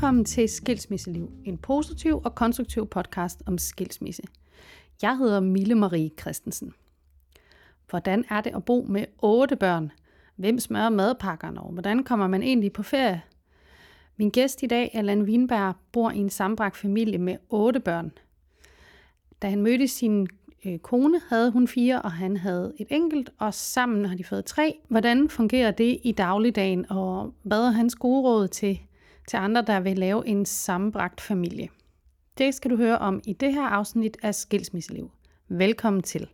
Velkommen til Skilsmisseliv, en positiv og konstruktiv podcast om skilsmisse. Jeg hedder Mille Marie Christensen. Hvordan er det at bo med 8 børn? Hvem smører madpakkerne, og hvordan kommer man egentlig på ferie? Min gæst i dag, Allan Wienberg, bor i en sammenbragt familie med 8 børn. Da han mødte sin kone, havde hun 4, og han havde et enkelt, og sammen har de fået 3. Hvordan fungerer det i dagligdagen, og hvad er hans gode råd til andre, der vil lave en sammenbragt familie? Det skal du høre om i det her afsnit af Skilsmisseliv. Velkommen til.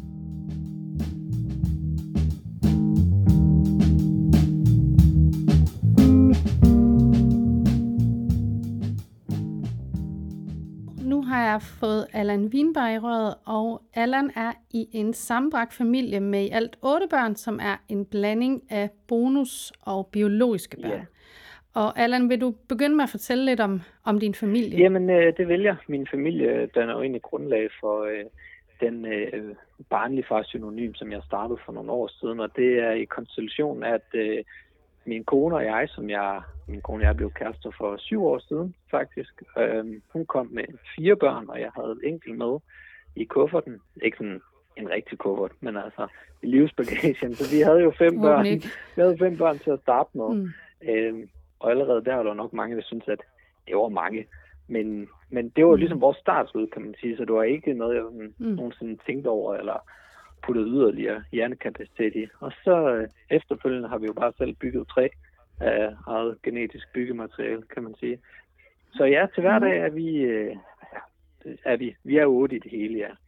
Nu har jeg fået Allan Wienberg i røret, og Allan er i en sammenbragt familie med i alt 8 børn, som er en blanding af bonus og biologiske børn. Yeah. Og Allan, vil du begynde med at fortælle lidt om din familie? Jamen, det vil jeg. Min familie danner jo egentlig grundlag for den barnlige far-synonym, som jeg startede for nogle år siden, og det er i konstellation, at min kone og jeg, min kone og jeg blev kærester for 7 år siden, faktisk. Hun kom med 4 børn, og jeg havde et enkelt med i kufferten. Ikke sådan en rigtig kuffert, men altså i livsbagagen. Så vi havde jo 5 børn. Vi havde 5 børn til at starte med. Og allerede der var der nok mange, der syntes, at det var mange. Men det var ligesom vores startskud, kan man sige. Så det var ikke noget, jeg nogensinde tænkte over, eller puttet yderligere hjernekapacitet i. Og så efterfølgende har vi jo bare selv bygget 3 af eget genetisk byggemateriale, kan man sige. Så ja, til hverdag er vi er 8 i det hele, ja.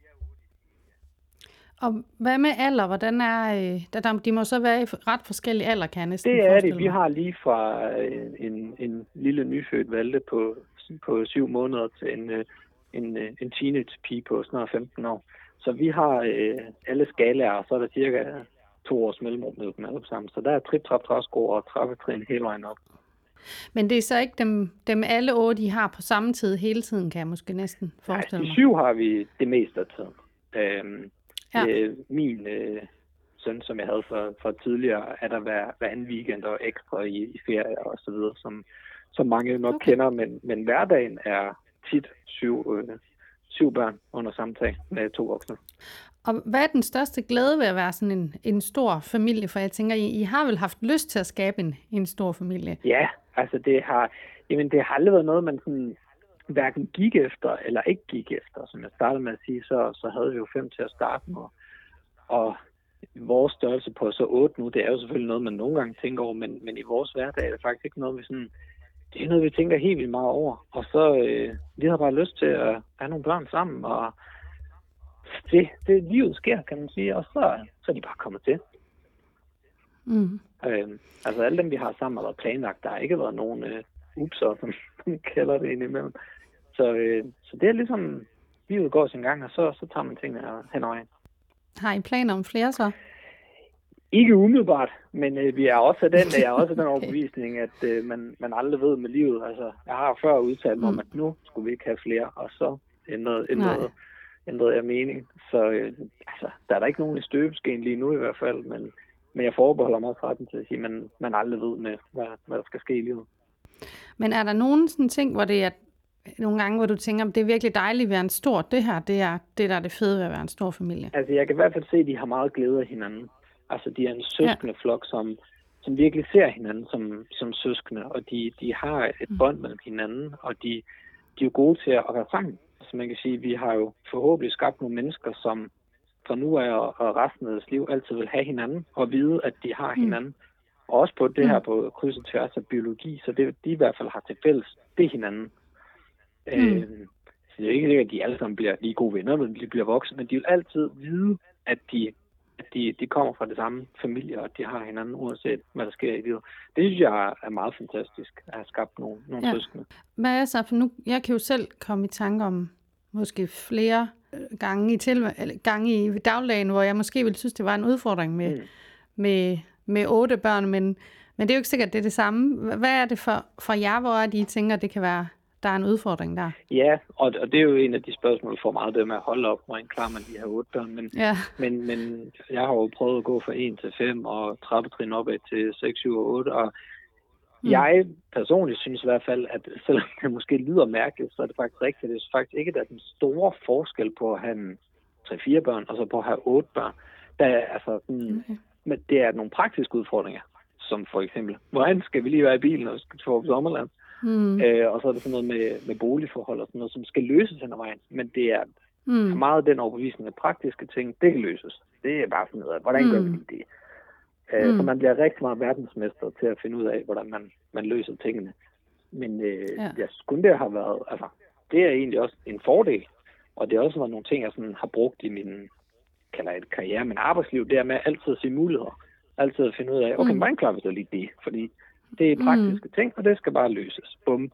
Og hvad med alder? Hvordan er de må så være i ret forskellige alder, kan jeg næsten forestille mig. Det er det. Vi har lige fra en lille nyfødt valgte på 7 måneder til en teenage-pige på snart 15 år. Så vi har alle skalaer, og så er der cirka 2 års mellemrum med dem alle sammen. Så der er trip, trap, træsko og trappetrin hele vejen op. Men det er så ikke dem alle 8, de har på samme tid hele tiden, kan jeg måske næsten forestille mig. De 7 har vi det meste af tiden. Min søn, som jeg havde for tidligere, er der hver anden weekend og ekstra i ferie og så videre, som mange nok kender, men hverdagen er tit 7 børn under samme tag med 2 voksne. Og hvad er den største glæde ved at være sådan en stor familie? For jeg tænker, I har vel haft lyst til at skabe en stor familie? Ja, altså det har aldrig været noget, man sådan hverken gik efter eller ikke gik efter. Som jeg startede med at sige, så havde vi jo 5 til at starte med. Og vores størrelse på så 8 nu, det er jo selvfølgelig noget, man nogle gange tænker over, men i vores hverdag er det faktisk ikke noget, det er noget, vi tænker helt vildt meget over. Og så vi har bare lyst til at have nogle børn sammen, og det livet sker, kan man sige, og så er de bare kommet til. Altså alle dem, vi har sammen, har været planlagt. Der har ikke været nogen upser, som man kalder det indimellem. Så det er ligesom, livet går sin gang, og så tager man tingene hen over. Har I planer om flere så? Ikke umiddelbart, men jeg er også den overbevisning, at man aldrig ved med livet. Altså, jeg har før udtalt mig om, at nu skulle vi ikke have flere, og så ændrede jeg mening. Så der er der ikke nogen i støbeskeen lige nu i hvert fald, men jeg forbeholder mig også retten til at sige, at man aldrig ved med, hvad der skal ske i livet. Men er der nogen sådan ting, hvor det er nogle gange, hvor du tænker, at det er virkelig dejligt at være en stor, det her, det er det, der er det fede ved at være en stor familie? Altså, jeg kan i hvert fald se, at de har meget glæde af hinanden. Altså, de er en søskendeflok, som virkelig ser hinanden som søskende, og de har et bånd mellem hinanden, og de er jo gode til at være sammen. Altså, man kan sige, at vi har jo forhåbentlig skabt nogle mennesker, som fra nu af og resten af deres liv altid vil have hinanden, og vide, at de har hinanden. Og også på det her på kryds og tværs af biologi, så det de i hvert fald har til fælles, det er hinanden. Så det er ikke sikkert, at de alle sammen bliver lige gode venner, når de bliver voksne, men de vil altid vide, at de kommer fra det samme familie, og de har hinanden, uanset hvad der sker i livet. Det synes jeg er meget fantastisk, at have skabt nogle søskende. Hvad er så? For nu, jeg kan jo selv komme i tanke om måske flere gange i dagligdagen, hvor jeg måske ville synes, det var en udfordring med 8 børn, men det er jo ikke sikkert, det er det samme. Hvad er det for jer, hvor de tænker, det kan være, der er en udfordring der? Ja, og det er jo en af de spørgsmål, for meget det med at holde op, hvordan klarer man de her 8 børn. Men jeg har jo prøvet at gå fra 1 til 5 og trappetrin opad til 6, 7 og 8, Jeg personligt synes i hvert fald, at selvom det måske lyder mærkeligt, så er det faktisk rigtigt. Det er faktisk ikke, der er den store forskel på at have 3-4 børn, og så på at have 8 børn. Der er altså men det er nogle praktiske udfordringer, som for eksempel, hvordan skal vi lige være i bilen, når vi skal få på sommerland? Og så er det sådan noget med boligforhold og sådan noget, som skal løses hen ad vejen. Men det er meget den overbevisning af praktiske ting, det kan løses. Det er bare sådan noget, hvordan gør vi det? Så man bliver rigtig meget verdensmester til at finde ud af, hvordan man løser tingene. Men jeg skulle det har været, altså, det er egentlig også en fordel. Og det er også nogle ting, jeg sådan har brugt i min karriere, min arbejdsliv, det er med altid at se muligheder. Altid at finde ud af, okay, hvordan klarer vi så lige det? Fordi det er praktiske ting, og det skal bare løses. Bum.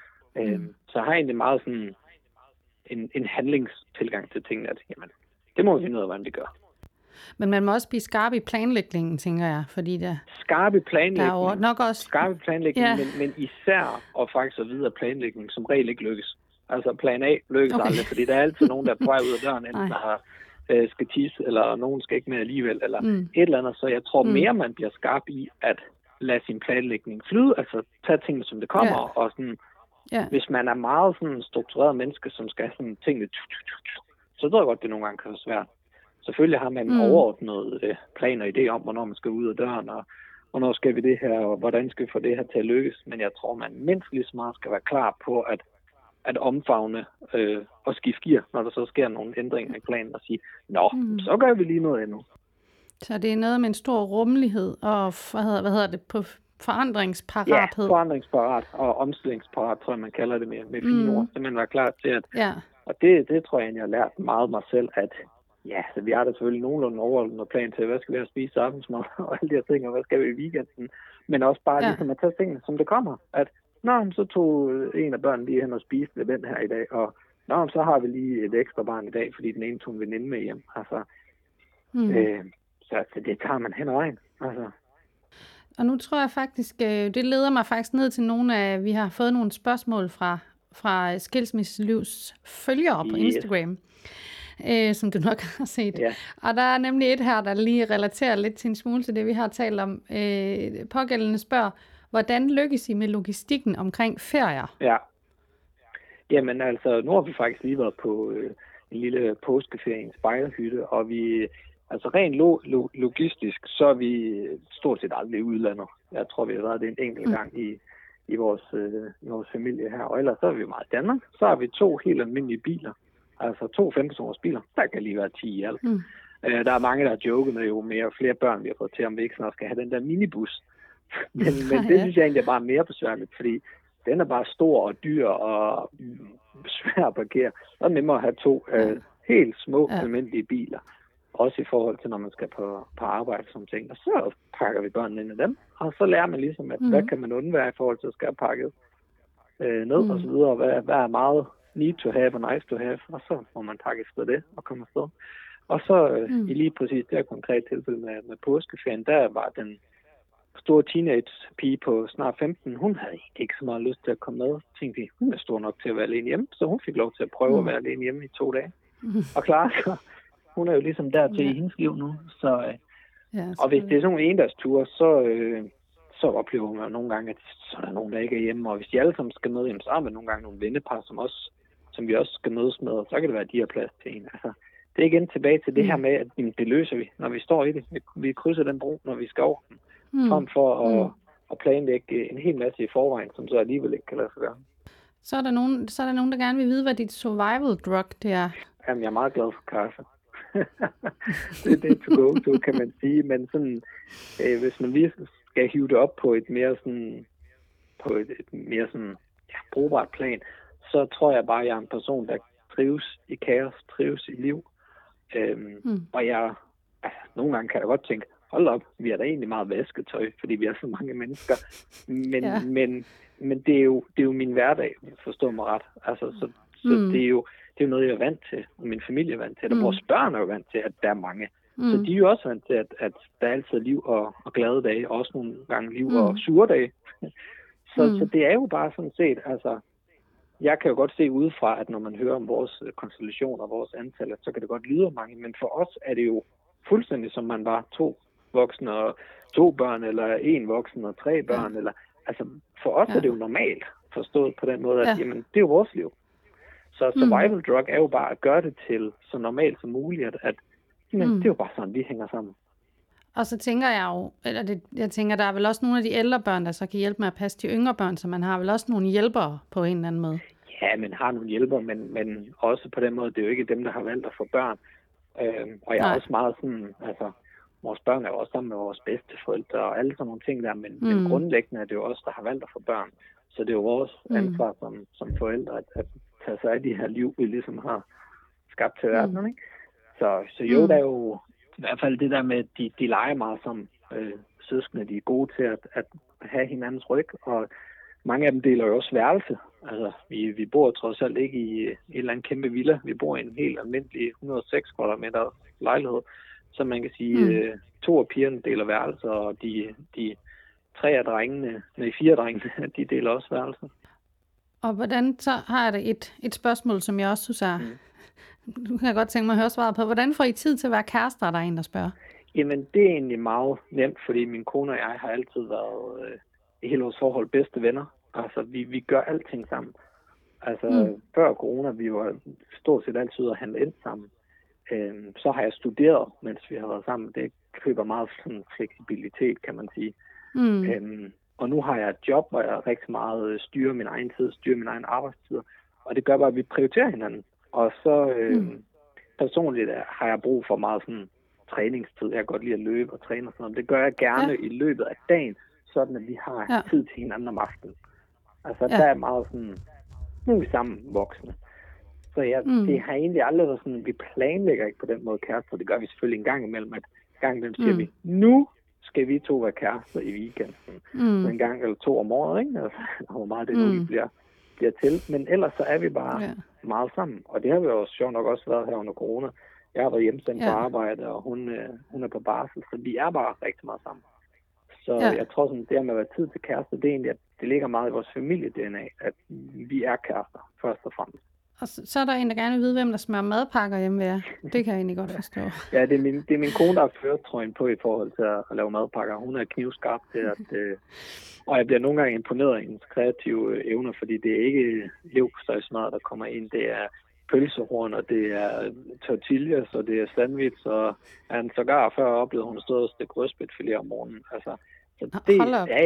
Så har jeg egentlig meget sådan en handlingstilgang til tingene, at jamen, det må vi finde ud af, hvordan vi gør. Men man må også blive skarp i planlægningen, tænker jeg, fordi skarp i planlægning. Der er nok også skarp i planlægning, men især og faktisk at vide, at planlægning som regel ikke lykkes. Altså plan A lykkes aldrig, fordi der er altid nogen, der er på vej ud af døren, enten har skal tisse, eller nogen skal ikke med alligevel, eller et eller andet. Så jeg tror mere, man bliver skarp i at lade sin planlægning flyde, altså tage tingene, som det kommer, og sådan, hvis man er meget sådan struktureret menneske, som skal have sådan tingene, så tror jeg godt, det nogle gange kan være svært. Selvfølgelig har man overordnet planer og idé om, hvornår man skal ud af døren, og hvornår skal vi det her, og hvordan skal vi få det her til at lykkes. Men jeg tror, man mindst lige så meget skal være klar på at omfavne og skifte gear, når der så sker nogle ændringer i planen, og sige, så gør vi lige noget endnu. Så det er noget med en stor rummelighed og hvad hedder det, på forandringsparathed? Ja, forandringsparat og omstillingsparat, tror jeg, man kalder det med fine ord. Så man var klar til at... Og det tror jeg egentlig, jeg har lært meget mig selv, at så vi har da selvfølgelig nogenlunde overordnet plan til, hvad skal vi have spise aftensmad og alle de her ting, og hvad skal vi i weekenden. Men også bare ligesom at tage tingene, som det kommer. At så tog en af børnene lige hen og spiste ved den her i dag, og så har vi lige et ekstra barn i dag, fordi den ene tog en veninde med hjem. Altså, så det tager man hen ad vejen. Altså. Og nu tror jeg faktisk, det leder mig faktisk ned til nogle af, vi har fået nogle spørgsmål fra Skilsmisselivs følgere på Instagram, som du nok har set. Ja. Og der er nemlig et her, der lige relaterer lidt til en smule til det, vi har talt om. Pågældende spørger, hvordan lykkes I med logistikken omkring ferier? Ja. Jamen altså, nu har vi faktisk lige været på en lille påskeferie i en spejderhytte, og vi, altså rent logistisk, så er vi stort set aldrig i udlandet. Jeg tror, vi har været det en enkelt gang i vores familie her, og ellers så er vi jo meget i Danmark. Så har vi 2 helt almindelige biler, altså 2 15-års biler. Der kan lige være 10 i alt. Der er mange, der har joket med jo mere flere børn, vi har fået til, om vi ikke snart skal have den der minibus. men det synes jeg egentlig er bare mere besværligt, fordi den er bare stor og dyr og svær at parkere. Så er det nemmere at have 2 helt små almindelige biler. Også i forhold til, når man skal på arbejde som ting. Og så pakker vi børnene ind i dem. Og så lærer man ligesom, at hvad kan man undvære i forhold til at skal pakket ned og så videre. Hvad er meget need to have og nice to have. Og så må man pakke efter det og komme afsted. Og så i lige præcis det her konkrete tilfælde med påskeferien, der var den store teenage-pige på snart 15, hun havde ikke så meget lyst til at komme med. Jeg tænkte, hun er stor nok til at være alene hjemme, så hun fik lov til at prøve at være alene hjemme i 2 dage. Og klar, hun er jo ligesom dertil i hendes liv nu. Så, og hvis det er sådan nogle endagsture, så oplever man nogle gange, at så er der nogen, der ikke er hjemme. Og hvis de alle sammen skal med hjem, så er man nogle gange nogle vennepar, som vi også skal mødes med, og så kan det være, at de har plads til en. Altså, det er igen tilbage til det her med, at det løser vi, når vi står i det. Vi krydser den bro, når vi skal over den. Frem for at planlægge en hel masse i forvejen, som så alligevel ikke kan lade sig gøre. Så er der nogen, der gerne vil vide, hvad dit survival drug det er. Jamen, jeg er meget glad for kaffe. Det er to go to, kan man sige. Men sådan, hvis man lige skal hive det op på et mere sådan, brugbart plan, så tror jeg bare, at jeg er en person, der trives i kaos, trives i liv. Og jeg, nogle gange kan jeg godt tænke, hold op, vi er da egentlig meget vasketøj, fordi vi er så mange mennesker. Men det er jo min hverdag, forstår mig ret. Altså, så det er jo noget, jeg er vant til, og min familie er vant til, og vores børn er jo vant til, at der er mange. Så de er jo også vant til, at der er altid liv og glade dage, og også nogle gange liv og sure dage. Så det er jo bare sådan set, altså, jeg kan jo godt se udefra, at når man hører om vores konstellation og vores antal, så kan det godt lyde mange, men for os er det jo fuldstændig som man var 2 voksne og 2 børn, eller 1 voksen og 3 børn, eller altså for os er det jo normalt forstået på den måde, at jamen, det er jo vores liv. Så survival drug er jo bare at gøre det til så normalt som muligt, at jamen, det er jo bare sådan, vi hænger sammen. Og så tænker jeg jo, jeg tænker, der er vel også nogle af de ældre børn, der så kan hjælpe med at passe de yngre børn, så man har vel også nogle hjælpere på en eller anden måde. Ja, man har nogle hjælpere, men også på den måde, det er jo ikke dem, der har valgt at få børn. Og jeg er også meget sådan, altså, vores børn er jo også sammen med vores bedsteforældre og alle sådan nogle ting der, men grundlæggende er det jo os, der har valgt at få børn. Så det er jo vores ansvar som forældre at tage sig af de her liv, vi ligesom har skabt til verden, ikke? Så jo, der er jo i hvert fald det der med, at de leger meget som søskende, de er gode til at have hinandens ryg, og mange af dem deler jo også værelse. Altså, vi bor trods alt ikke i et eller andet kæmpe villa. Vi bor i en helt almindelig 106 kvadratmeter lejlighed. Så man kan sige, 2 af pigerne deler værelser, og de 4 drengene, de deler også værelser. Og hvordan, så har jeg da et spørgsmål, som jeg også synes er, nu kan jeg godt tænke mig at høre svaret på. Hvordan får I tid til at være kærester, der er en, der spørger? Jamen, det er egentlig meget nemt, fordi min kone og jeg har altid været i hele vores forhold bedste venner. Altså, vi gør alting sammen. Altså, før corona, vi var stort set altid at handle ind sammen. Så har jeg studeret, mens vi har været sammen. Det køber meget sådan fleksibilitet, kan man sige. Og nu har jeg et job, hvor jeg rigtig meget styrer min egen tid, styrer min egen arbejdstid. Og det gør bare, at vi prioriterer hinanden. Og så personligt har jeg brug for meget sådan træningstid. Jeg kan godt lide at løbe og træne og sådan noget. Det gør jeg gerne i løbet af dagen, sådan at vi har tid til hinanden om aftenen. Altså, der er meget sådan, nu er vi sammen voksne. Så det har egentlig aldrig været sådan, vi planlægger ikke på den måde kærester. Det gør vi selvfølgelig en gang imellem, at en gang imellem siger vi, nu skal vi 2 være kærester i weekenden. Så en gang eller 2 om året, ikke? Altså, hvor meget det nu lige bliver til. Men ellers så er vi bare meget sammen. Og det har vi jo sjovt nok også været her under corona. Jeg har været hjemsendt på arbejde, og hun er på barsel, så vi er bare rigtig meget sammen. Så jeg tror sådan, det med at være tid til kærester, det er egentlig, at det ligger meget i vores familie-DNA, at vi er kærester, først og fremmest. Og så er der en, der gerne vil vide, hvem der smører madpakker hjemme ved jer. Det kan jeg egentlig godt forstå. Ja, det er min kone, der har førertrøjen på i forhold til at lave madpakker. Hun er knivskarp til at... og jeg bliver nogle gange imponeret af hendes kreative evner, fordi det er ikke leverpostejsmad, der kommer ind. Det er pølsehorn, og det er tortillas, og det er sandwich, og han sågar før oplevede, hun stod og stik rødspætfilet om morgenen. Altså, så det,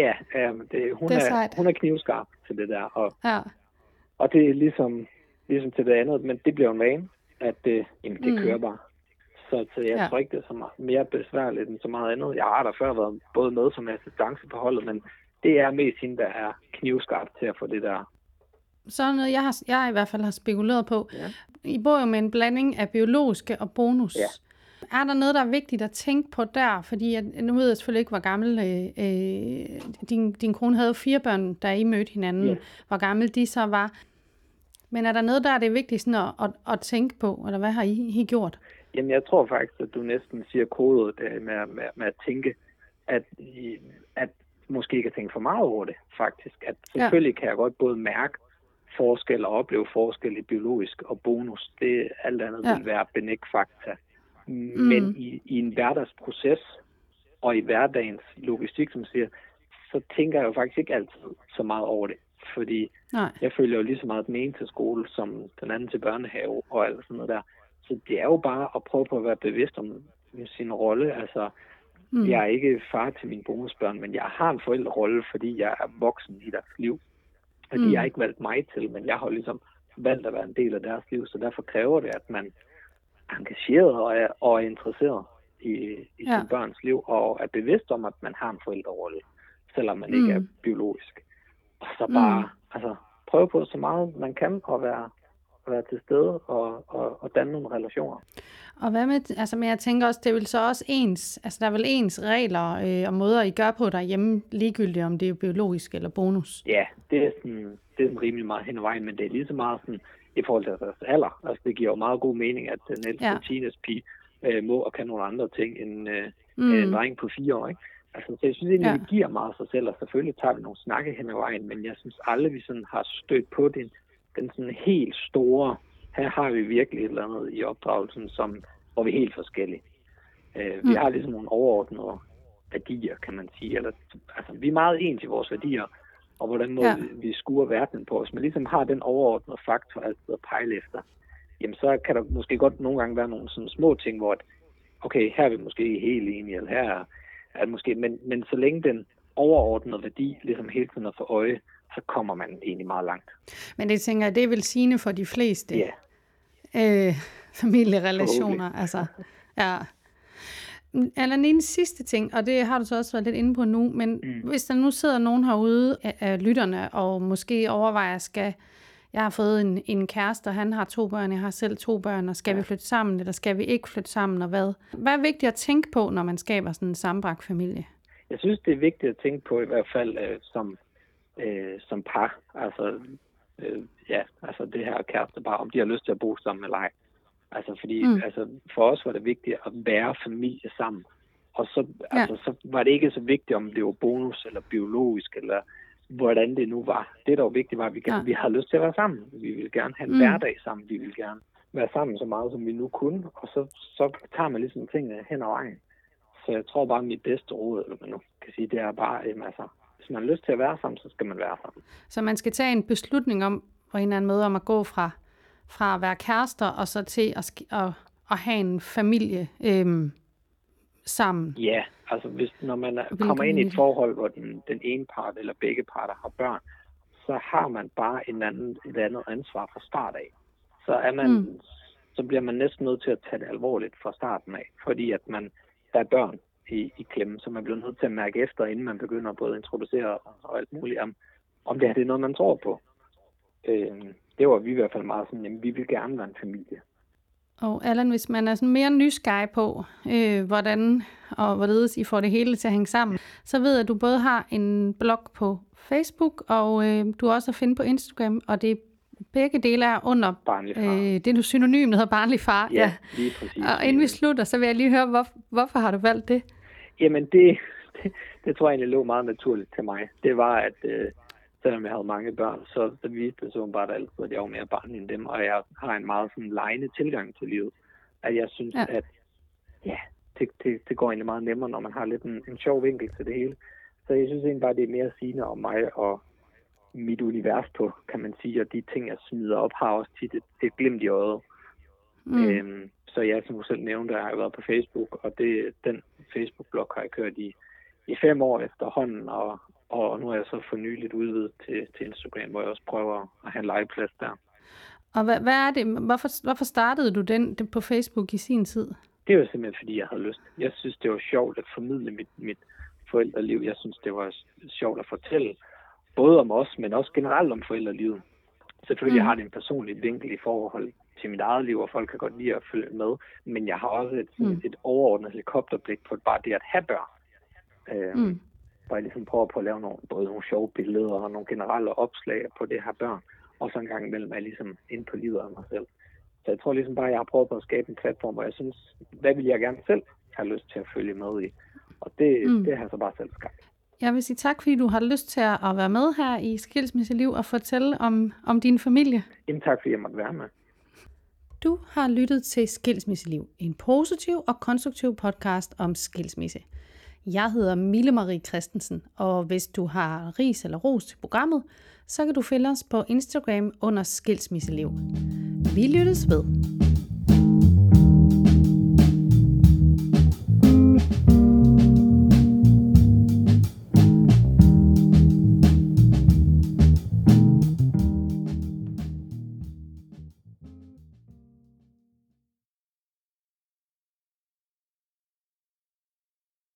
hun er knivskarp til det der, og det er ligesom til det andet, men det bliver en vane, at det kører bare. Så jeg tror ikke, det er så meget mere besværligt end så meget andet. Jeg har der før været både med som assistance på holdet, men det er mest hende, der er knivskarp til at få det der. Så er noget, jeg i hvert fald har spekuleret på. Ja. I bor jo med en blanding af biologiske og bonus. Ja. Er der noget, der er vigtigt at tænke på der? Fordi nu ved jeg selvfølgelig ikke, hvor gammel din kone havde 4 børn, da I mødte hinanden. Ja. Hvor gammel de så var. Men er der noget, der er det vigtigt sådan at tænke på? Eller hvad har I gjort? Jamen, jeg tror faktisk, at du næsten siger kodet med at tænke, at måske ikke at tænke for meget over det, faktisk. At selvfølgelig kan jeg godt både mærke forskel og opleve forskel i biologisk og bonus. Det alt andet vil være benægt fakta. Men i en hverdagsproces og i hverdagens logistik, som siger, så tænker jeg jo faktisk ikke altid så meget over det. Fordi jeg følger jo lige så meget den ene til skole, som den anden til børnehave og alt sådan noget der. Så det er jo bare at prøve på at være bevidst om sin rolle. Altså, jeg er ikke far til mine bonusbørn, men jeg har en forældrerolle, fordi jeg er voksen i deres liv. Og de har ikke valgt mig til, men jeg har ligesom valgt at være en del af deres liv, så derfor kræver det, at man er engageret og er interesseret i sin børns liv, og er bevidst om, at man har en forældrerolle, selvom man ikke er biologisk. Og så bare prøve på så meget man kan at være til stede og danne nogle relationer. Og hvad med, men jeg tænker også, det er vel så også ens, altså der er vel ens regler og måder, I gør på derhjemme, ligegyldigt om det er biologisk eller bonus? Ja, det er sådan rimelig meget hen ad vejen, men det er lige så meget sådan, i forhold til deres alder. Altså det giver jo meget god mening, at den ældste teenagepige må og kan nogle andre ting end en dreng på 4 år, ikke? Altså, så jeg synes egentlig, det giver meget sig selv, og selvfølgelig tager vi nogle snakke hen ad vejen, men jeg synes aldrig, vi sådan har stødt på den sådan helt store, her har vi virkelig et eller andet i opdragelsen, hvor vi er helt forskellige. Vi har ligesom nogle overordnede værdier, kan man sige. Altså, vi er meget ens i vores værdier, og hvordan må vi skue verden på. Hvis man ligesom har den overordnede faktor altid at pejle efter, jamen så kan der måske godt nogle gange være nogle sådan små ting, hvor okay, her er vi måske helt enige, eller her er det måske, men så længe den overordnede værdi ligesom hele tiden er for øje, så kommer man egentlig meget langt. Men det tænker jeg, det er vel sigende for de fleste familierelationer. Altså, ja. Eller en sidste ting, og det har du så også været lidt inde på nu, men hvis der nu sidder nogen herude af lytterne, og måske overvejer, jeg har fået en kæreste, og han har 2 børn, jeg har selv 2 børn, og skal vi flytte sammen, eller skal vi ikke flytte sammen, og hvad? Hvad er vigtigt at tænke på, når man skaber sådan en sammenbragt familie? Jeg synes, det er vigtigt at tænke på, i hvert fald som par, altså det her kærestepar, om de har lyst til at bo sammen eller ej. Altså fordi for os var det vigtigt at være familie sammen. Og så var det ikke så vigtigt, om det var bonus eller biologisk, eller hvordan det nu var. Det, der var vigtigt, var, at vi havde lyst til at være sammen. Vi ville gerne have en hverdag sammen. Vi ville gerne være sammen så meget, som vi nu kunne. Og så tager man ligesom tingene hen ad vejen. Så jeg tror bare, mit bedste råd, eller man nu kan sige, det er bare, hvis man har lyst til at være sammen, så skal man være sammen. Så man skal tage en beslutning om, på en eller anden måde, om at gå fra at være kærester, og så til at have en familie sammen. Ja, altså når man kommer ind i et forhold, hvor den ene part eller begge parter har børn, så har man bare et andet ansvar fra start af. Så bliver man næsten nødt til at tage det alvorligt fra starten af, fordi at der er børn i klemme, så man bliver nødt til at mærke efter, inden man begynder at både introducere og alt muligt, om det er noget, man tror på. Det var vi i hvert fald meget sådan, jamen, vi vil gerne være en familie. Og Allan, hvis man er sådan mere nysgerrig på, hvordan og hvorledes I får det hele til at hænge sammen, så ved jeg, at du både har en blog på Facebook, og du er også at finde på Instagram, og det begge dele er under det du synonym, der hedder barnlig far. Ja, lige præcis. Og inden vi slutter, så vil jeg lige høre, hvorfor har du valgt det? Jamen, det tror jeg egentlig lå meget naturligt til mig. Det var, at selvom jeg havde mange børn, så viste det så bare altid, at jeg var mere barnlig end dem, og jeg har en meget sådan legende tilgang til livet. At jeg synes, at det går egentlig meget nemmere, når man har lidt en sjov vinkel til det hele. Så jeg synes egentlig bare, det er mere sigende om mig og mit univers på, kan man sige, og de ting, jeg smider op, har også tit et glimt i øjet. Så jeg, som du selv nævnte, har jeg været på Facebook, og den Facebook-blog har jeg kørt i 5 år efterhånden, og nu er jeg så for nyligt udvidet til Instagram, hvor jeg også prøver at have en legeplads der. Og hvad er det? Hvorfor startede du den på Facebook i sin tid? Det var simpelthen, fordi jeg havde lyst. Jeg synes, det var sjovt at formidle mit forældreliv. Jeg synes, det var sjovt at fortælle, både om os, men også generelt om forældrelivet. Selvfølgelig har det en personlig vinkel i forhold til mit eget liv, og folk kan godt lide at følge med, men jeg har også et overordnet helikopterblik på bare det at have børn. Hvor jeg ligesom prøver på at lave både nogle sjove billeder og nogle generelle opslag på det her børn, og så en gang imellem er jeg ligesom inde på livet af mig selv. Så jeg tror ligesom bare, at jeg har prøvet på at skabe en platform, hvor jeg synes, hvad vil jeg gerne selv have lyst til at følge med i? Og det har jeg så bare selv skabt. Jeg vil sige tak, fordi du har lyst til at være med her i Skilsmisseliv og fortælle om din familie. Jamen tak, fordi jeg måtte være med. Du har lyttet til Skilsmisseliv, en positiv og konstruktiv podcast om skilsmisse. Jeg hedder Mille Marie Christensen, og hvis du har ris eller ros til programmet, så kan du følge os på Instagram under Skilsmisseliv. Vi lyttes ved.